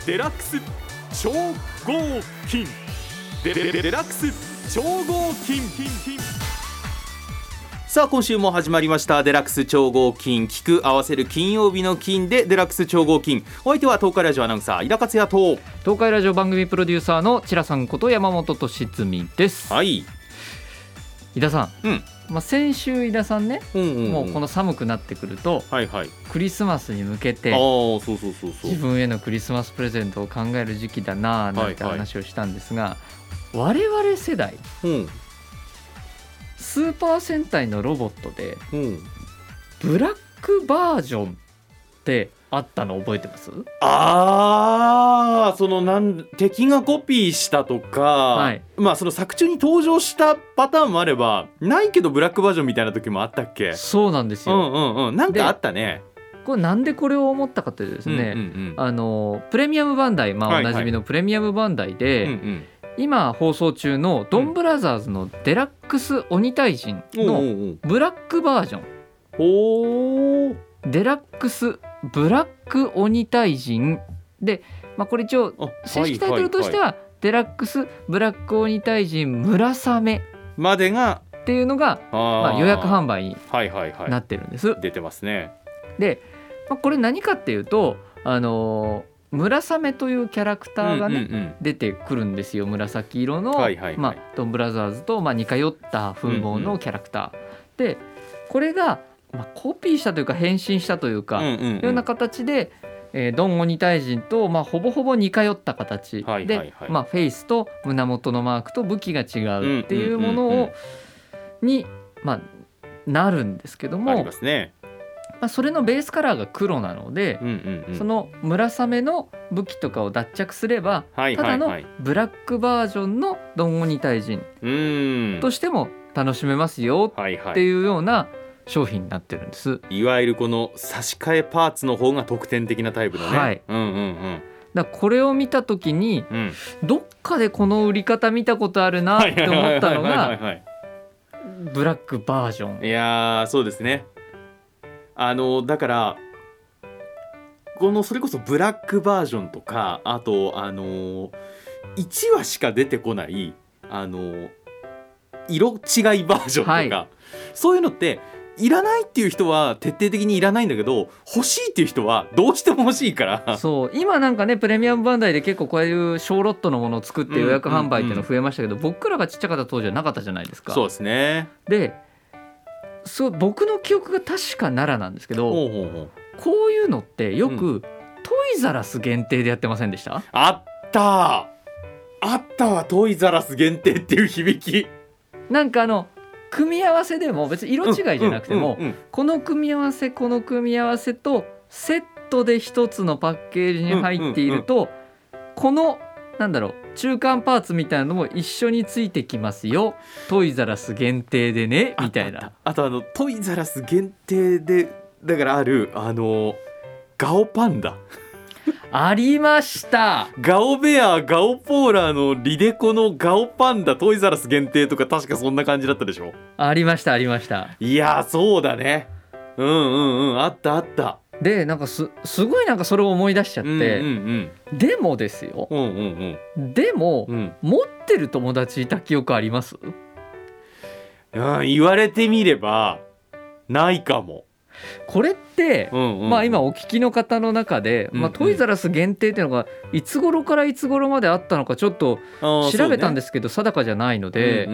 デラックス超合金。デラックス超合金。さあ今週も始まりましたデラックス超合金、聞く合わせる金曜日の金でデラックス超合金。お相手は東海ラジオアナウンサー井田克也と東海ラジオ番組プロデューサーのチラさんこと山本俊純です。 はい、 井田さん、先週井田さんね、もうこの寒くなってくると、クリスマスに向けて自分へのクリスマスプレゼントを考える時期だななんて話をしたんですが、我々世代、スーパー戦隊のロボットで、ブラックバージョンってあったの覚えてます？ その敵がコピーしたとか、その作中に登場したパターンもあれば、ないけどブラックバージョンみたいな時もあったっけ？ そうなんですよ。 なんかあったね。 これなんでこれを思ったかというとですね、プレミアムバンダイ、おなじみのプレミアムバンダイで、今放送中のドンブラザーズのデラックス鬼退治のブラックバージョン、デラックスブラック鬼退治で、これ一応正式タイトルとしてはデラックスブラック鬼退治村雨までがっていうのが予約販売になってるんです。 出てますね。 で、これ何かっていうと、村雨というキャラクターがね、出てくるんですよ。紫色の、ドンブラザーズと似通った風貌のキャラクター、でこれが、コピーしたというか変身したというか、いうような形で、ドン鬼退治と、ほぼほぼ似通った形で、フェイスと胸元のマークと武器が違うっていうものをに、なるんですけども、 ありますね。 それのベースカラーが黒なので、その村雨の武器とかを脱着すれば、ただのブラックバージョンのドン鬼退治としても楽しめますよっていうような商品になってるんです。 いわゆるこの差し替えパーツの方が特典的なタイプのね。 だからこれを見た時に、どっかでこの売り方見たことあるなって思ったのがブラックバージョン。 いやそうですね。だからこのそれこそブラックバージョンとか、あと1話しか出てこない色違いバージョンとか、そういうのっていらないっていう人は徹底的にいらないんだけど、欲しいっていう人はどうしても欲しいから。 そう、今なんかねプレミアムバンダイで結構こういう小ロットのものを作って予約販売っていうの増えましたけど、僕らがちっちゃかった当時はなかったじゃないですか。 そうですね。 で僕の記憶が確か奈良なんですけど、こういうのってよく、トイザラス限定でやってませんでした？ あったわ、トイザラス限定っていう響き。 なんか組み合わせでも別に色違いじゃなくても、この組み合わせこの組み合わせとセットで一つのパッケージに入っていると、この中間パーツみたいなのも一緒についてきますよ、トイザラス限定でねみたいな。 あとトイザラス限定でだからあるガオパンダありました。 ガオベアガオポーラーのリデコのガオパンダトイザラス限定とか、確かそんな感じだったでしょ。 ありました。 いやそうだね。あったで、すごいそれを思い出しちゃって、でもですよ、でも、持ってる友達いた記憶あります？ 言われてみればないかも。 これって、今お聞きの方の中で、トイザラス限定っていうのがいつ頃からいつ頃まであったのかちょっと調べたんですけど、定かじゃないので、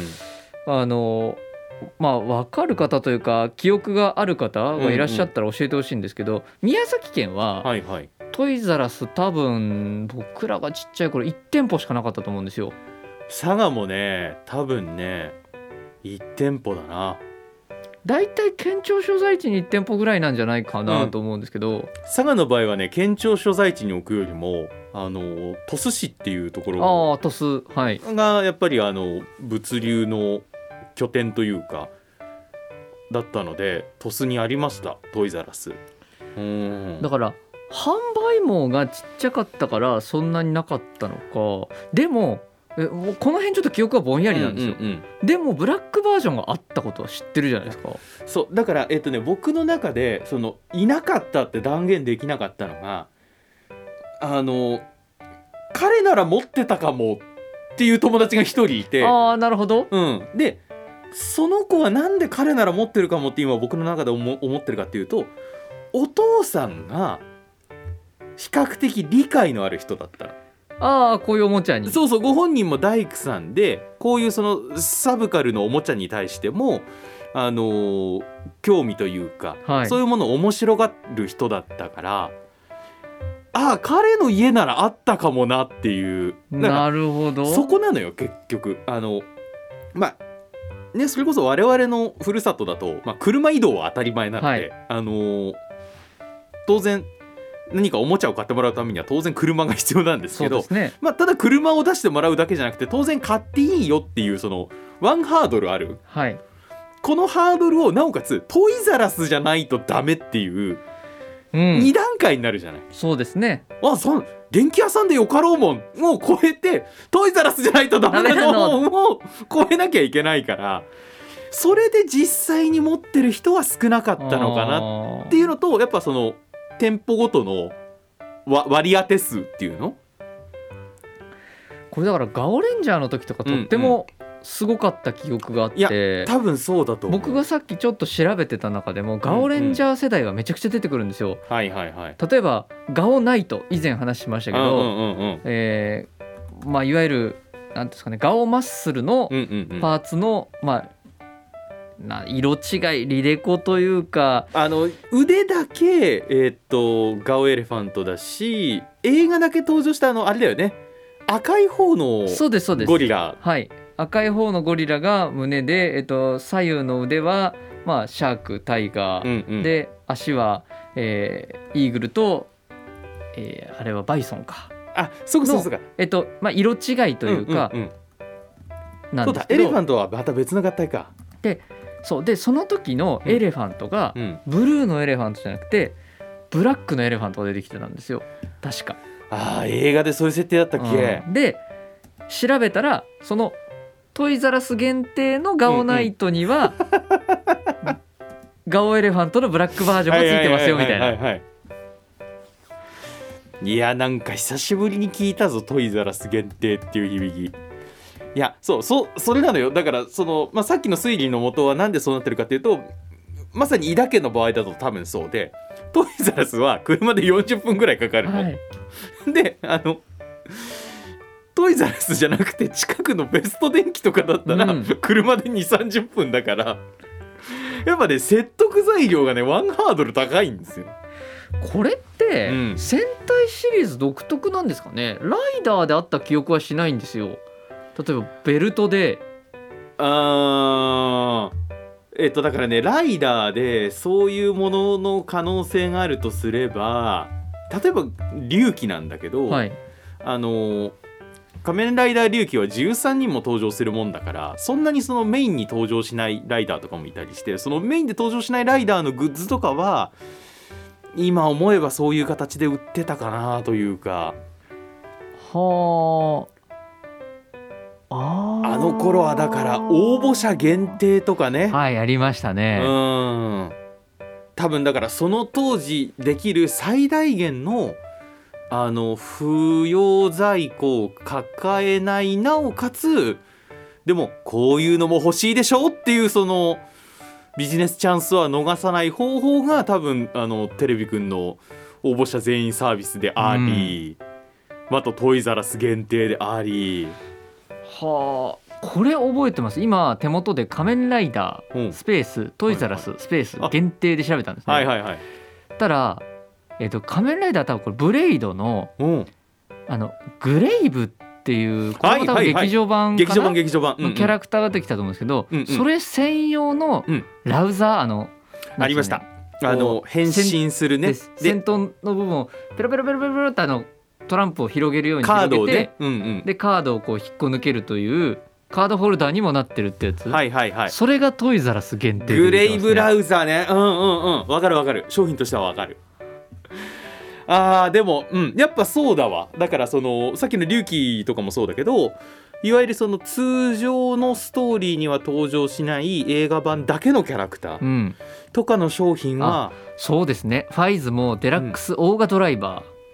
分かる方というか記憶がある方がいらっしゃったら教えてほしいんですけど、宮崎県は、トイザラス多分僕らがちっちゃい頃1店舗しかなかったと思うんですよ。 佐賀もね多分ね1店舗だな。 だいたい県庁所在地に1店舗ぐらいなんじゃないかなと思うんですけど、 佐賀の場合はね県庁所在地に置くよりも鳥栖市っていうところ鳥栖、 がやっぱり物流の拠点というかだったので、鳥栖にありましたトイザラス。 だから販売網がちっちゃかったからそんなになかったのか。でもこの辺ちょっと記憶はぼんやりなんですよ、でもブラックバージョンがあったことは知ってるじゃないですか。 そうだから、僕の中でいなかったって断言できなかったのが、 彼なら持ってたかもっていう友達が一人いて、 ああなるほど、 でその子はなんで彼なら持ってるかもって今僕の中で思ってるかっていうと、お父さんが比較的理解のある人だったら、 ああこういうおもちゃに、 そうそう、ご本人も大工さんで、こういうそのサブカルのおもちゃに対しても興味というか、 はい、 そういうものを面白がる人だったから、ああ彼の家ならあったかもなっていう、 なるほど、 そこなのよ結局。まあね、それこそ我々のふるさとだと、車移動は当たり前なので、当然何かおもちゃを買ってもらうためには当然車が必要なんですけど、 そうですね、 ただ車を出してもらうだけじゃなくて、当然買っていいよっていうそのワンハードルある、 はい、 このハードルをなおかつトイザラスじゃないとダメっていう2段階になるじゃない、 そうですね、 電気屋さんでよかろうもんを超えてトイザラスじゃないとダメなのを超えなきゃいけないから、それで実際に持ってる人は少なかったのかなっていうのと、やっぱその店舗ごとの割り当て数っていうの、 これだからガオレンジャーの時とかとってもすごかった記憶があって、いや多分そうだと思う。 僕がさっきちょっと調べてた中でもガオレンジャー世代がめちゃくちゃ出てくるんですよ、 はいはいはい、 例えばガオナイト、以前話しましたけど、いわゆるなんですかね、ガオマッスルのパーツの、色違いリレコというか、 腕だけ、ガオエレファントだし、映画だけ登場したあれだよね、赤い方のゴリラ、 はい、赤い方のゴリラが胸で、左右の腕は、シャーク、タイガー、で足は、イーグルと、あれはバイソンか、 そうか、 色違いというか、なんですけど、 そうだ、エレファントはまた別の合体か。 でその時のエレファントが、ブルーのエレファントじゃなくてブラックのエレファントが出てきてたんですよ確か。 映画でそういう設定だったっけ、 で調べたらそのトイザラス限定のガオナイトには、ガオエレファントのブラックバージョンがついてますよみたいな。 いやなんか久しぶりに聞いたぞ、トイザラス限定っていう響き。いやそれなのよ。だからその、さっきの推理の元はなんでそうなってるかっていうと、まさに井田家の場合だと多分そうで、トイザラスは車で40分ぐらいかかるの、でトイザラスじゃなくて近くのベスト電機とかだったら、車で 2,30 分だから、やっぱね説得材料がねワンハードル高いんですよ。 これって、戦隊シリーズ独特なんですかね。ライダーであった記憶はしないんですよ。例えばベルトでだからね、ライダーでそういうものの可能性があるとすれば、例えば龍騎なんだけど、仮面ライダー龍騎は13人も登場するもんだから、そんなにそのメインに登場しないライダーとかもいたりして、そのメインで登場しないライダーのグッズとかは今思えばそういう形で売ってたかなというか。あの頃はだから応募者限定とかね、 ありましたね。 多分だからその当時できる最大限の不要在庫を抱えない、なおかつでもこういうのも欲しいでしょっていうそのビジネスチャンスは逃さない方法が多分テレビくんの応募者全員サービスであり、あとトイザラス限定であり。 これ覚えてます。今手元で仮面ライダースペーストイザラススペース限定で調べたんですね。たら、仮面ライダー多分これブレイドの、グレイブっていうこれも多分劇場版かな、劇場版のキャラクターが出てきたと思うんですけど、それ専用のラウザーありました。変身するね、 先頭の部分をペロペロペロペロペロってトランプを広げるように広げて、でカードをこう引っこ抜けるというカードホルダーにもなってるってやつ、それがトイザラス限定で、 グレイブラウザーね。わかる商品としてはわかる。でも、やっぱそうだわ。だからそのさっきの龍騎とかもそうだけど、いわゆるその通常のストーリーには登場しない映画版だけのキャラクターとかの商品は、 そうですね。ファイズもデラックスオーガドライバー、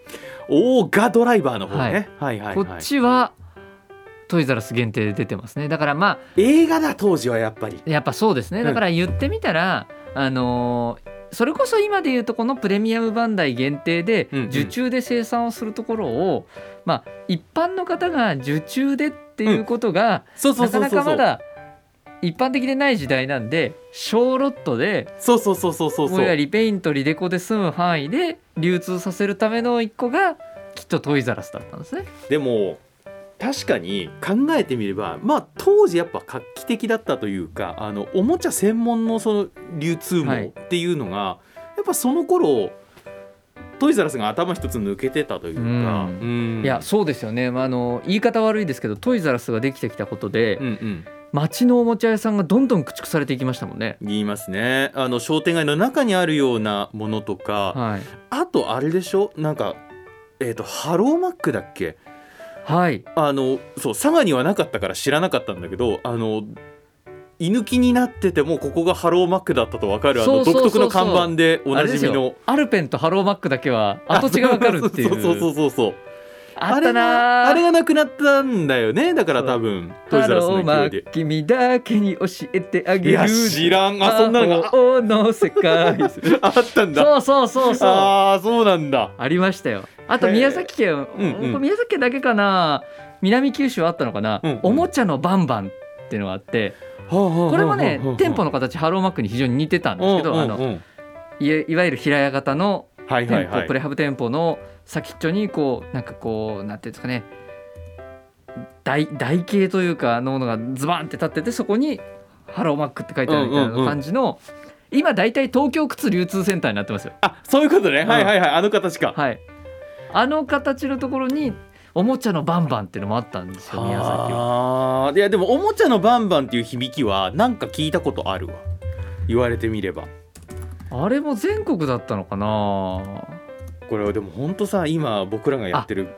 オーガドライバーの方ね、はいはいはいはい、 こっちはトイザらス限定で出てますね。だからまあ映画だ当時はやっぱそうですね。だから言ってみたら、それこそ今でいうとこのプレミアムバンダイ限定で受注で生産をするところを、まあ一般の方が受注でっていうことがなかなかまだ一般的でない時代なんで、小ロットでもうリペイントリデコで済む範囲で流通させるための一個がきっとトイザらスだったんですね。 でも確かに考えてみれば、まあ当時やっぱ画期的だったというか、おもちゃ専門のその流通網っていうのが、やっぱその頃トイザらスが頭一つ抜けてたというか、 いやそうですよね、言い方悪いですけどトイザらスができてきたことで、街のおもちゃ屋さんがどんどん駆逐されていきましたもんね。 言いますね。商店街の中にあるようなものとか、あとあれでしょ、なんかハローマックだっけ、そう佐賀にはなかったから知らなかったんだけど、居抜きになっててもここがハローマックだったと分かる独特の看板でおなじみのアルペンとハローマックだけは跡地が分かるっていうそうあったな。 あれがなくなったんだよね。だから多分トイザらスの勢いで君だけに教えてあげる、 いや知らん、そんなのがの世界あったんだ。 そうそうなんだ、 ありましたよ。あと宮崎県、宮崎県だけかな、南九州あったのかな、おもちゃのバンバンっていうのがあって、これもね店舗の形ハローマックに非常に似てたんですけど、いわゆる平屋型の店舗、プレハブ店舗の先っちょにこうなんていうんですかね、台形というかのものがズバンって立ってて、そこにハローマックって書いてあるみたいな感じの、今だいたい東京靴流通センターになってますよ。 そういうことね、あの形か、 あの形のところにおもちゃのバンバンっていうのもあったんですよ、宮崎は。 いやでもおもちゃのバンバンっていう響きはなんか聞いたことあるわ、言われてみれば。 あれも全国だったのかな。 これはでも本当さ、今僕らがやってる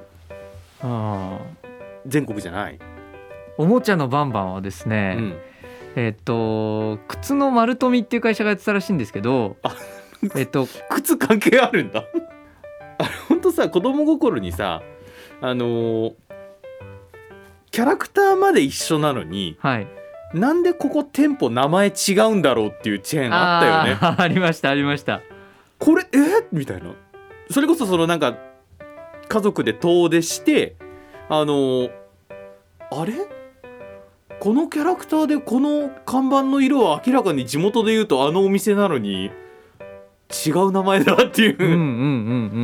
全国じゃないおもちゃのバンバンはですね、靴の丸富っていう会社がやってたらしいんですけど、 靴関係あるんだ本当さ、子供心にさ、キャラクターまで一緒なのに、なんでここ店舗名前違うんだろうっていうチェーンあったよね。 ありましたこれみたいな。それこそそのなんか家族で遠出してあれこのキャラクターでこの看板の色は明らかに地元で言うとあのお店なのに違う名前だっていう。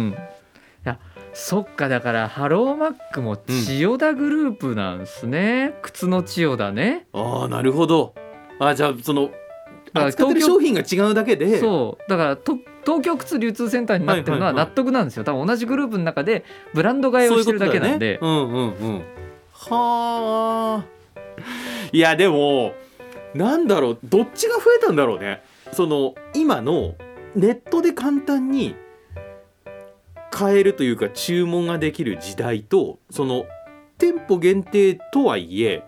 いやそっか、だからハローマックも千代田グループなんですね、靴の千代田ね。 なるほど。じゃあその扱ってる商品が違うだけで、 そうだから東京靴流通センターになってるのは納得なんですよ。多分同じグループの中でブランド買いをしてるだけなんで。 いやでもなんだろう、どっちが増えたんだろうね。その今のネットで簡単に買えるというか注文ができる時代と、その店舗限定とはいえ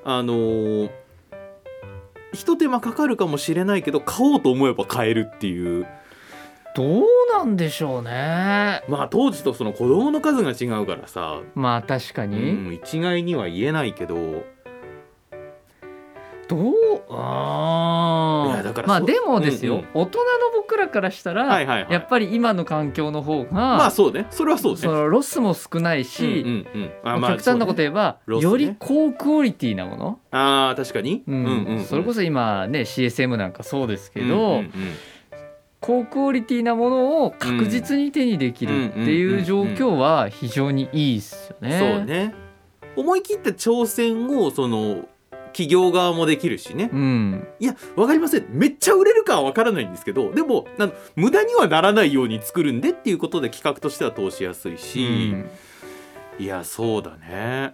一手間かかるかもしれないけど買おうと思えば買えるっていう。 どうなんでしょうね。 まあ当時とその子供の数が違うからさ、 まあ確かに、 一概には言えないけど、 いやだからまあでもですよ、大人の僕らからしたら、やっぱり今の環境の方がまあそうね、それはそうね、 そのロスも少ないし、極端なこと言えば、より高クオリティなもの、 確かに、 それこそ今ね CSM なんかそうですけど、高クオリティなものを確実に手にできるっていう状況は非常にいいですよね。 そうね、思い切った挑戦をその企業側もできるしね、いや分かりません、めっちゃ売れるかは分からないんですけど、でも無駄にはならないように作るんでっていうことで企画としては通しやすいし、いやそうだね。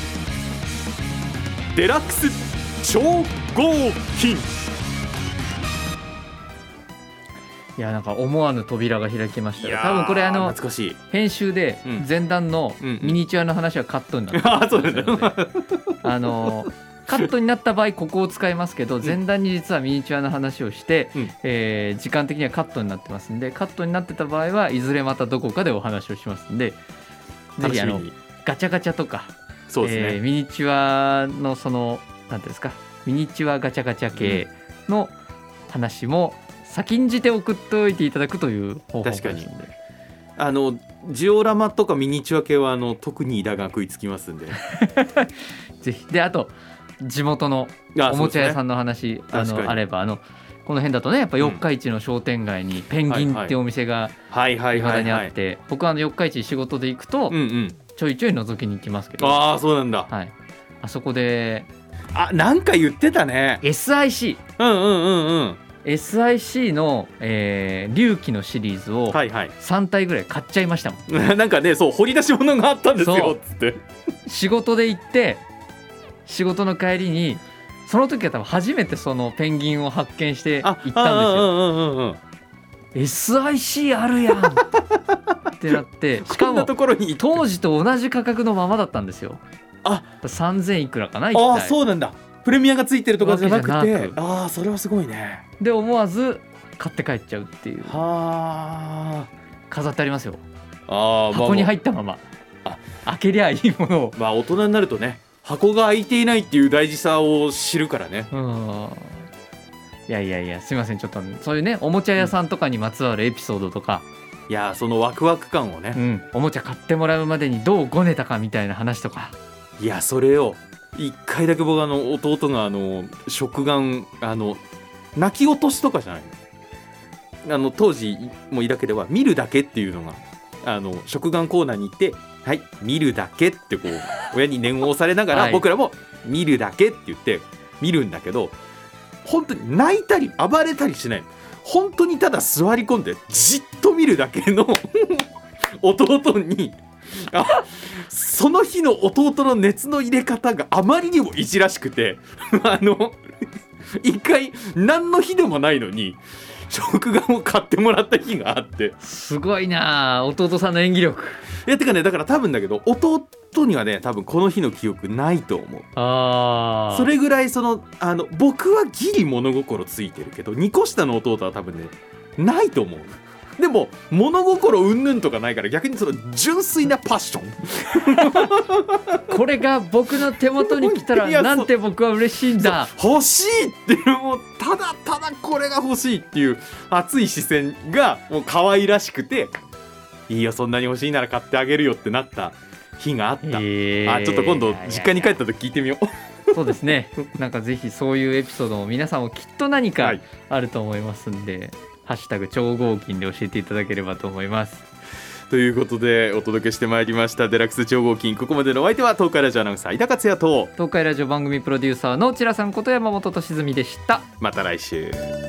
デラックス超合金。 いやなんか思わぬ扉が開きましたよ。多分これ懐かしい編集で前段のミニチュアの話はカットになってカットになった場合ここを使いますけど、前段に実はミニチュアの話をして、時間的にはカットになってますんで、カットになってた場合はいずれまたどこかでお話をしますんで、 ぜひガチャガチャとか、 そうですね、 ミニチュアのそのなんていうんですか、ミニチュアガチャガチャ系の話も先んじて送っておいていただくという方法ですので、 確かにジオラマとかミニチュア系は特に枝が食いつきますんでぜひ。であと地元のおもちゃ屋さんの話、あればこの辺だとね、やっぱ四日市の商店街にペンギンってお店がいまだにあって、僕は四日市仕事で行くとちょいちょい覗きに行きますけど、 ああそうなんだ、 はい、あそこでなんか言ってたね SIC、 SIC の、龍騎のシリーズを3体ぐらい買っちゃいましたもん、 なんかね、そう掘り出し物があったんですよつって仕事で行って仕事の帰りにその時は多分初めてそのペンギンを発見して行ったんですよ。SIC あるやんってなってしかも当時と同じ価格のままだったんですよ。3000いくらかな。 ああそうなんだ、プレミアがついてるとかじゃなくて、ああそれはすごいね。 で思わず買って帰っちゃうっていう。 はあ、 飾ってありますよ。 箱に入ったまま開けりゃいいものを。 大人になるとね、箱が開いていないっていう大事さを知るからね。 いやすいません、ちょっとそういうねおもちゃ屋さんとかにまつわるエピソードとか、 いやそのワクワク感をね、 おもちゃ買ってもらうまでにどうごねたかみたいな話とか、 いやそれを一回だけ僕弟が食玩泣き落としとかじゃない当時もいだけでは見るだけっていうのが食玩コーナーに行って、はい見るだけってこう親に念を押されながら、僕らも見るだけって言って見るんだけど、本当に泣いたり暴れたりしない、本当にただ座り込んでじっと見るだけの弟にその日の弟の熱の入れ方があまりにもいじらしくて一回何の日でもないのに食玩を買ってもらった日があって、 すごいな弟さんの演技力。 いやてかね、だから多分だけど弟にはね多分この日の記憶ないと思う。それぐらい僕はギリ物心ついてるけど2個下の弟は多分ねないと思う。でも物心うんぬんとかないから、逆にその純粋なパッションこれが僕の手元に来たらなんて僕は嬉しいんだ、 欲しいっていう、もうただただこれが欲しいっていう熱い視線がもう可愛らしくて、いいよそんなに欲しいなら買ってあげるよってなった日があった。ちょっと今度実家に帰った時聞いてみよう。 そうですね、なんかぜひそういうエピソードも皆さんもきっと何かあると思いますんで、ハッシュタグ超合金で教えていただければと思います。 ということでお届けしてまいりましたデラックス超合金。ここまでのお相手は東海ラジオアナウンサー井田克也と東海ラジオ番組プロデューサーのちらさんこと山本俊純でした。 また来週。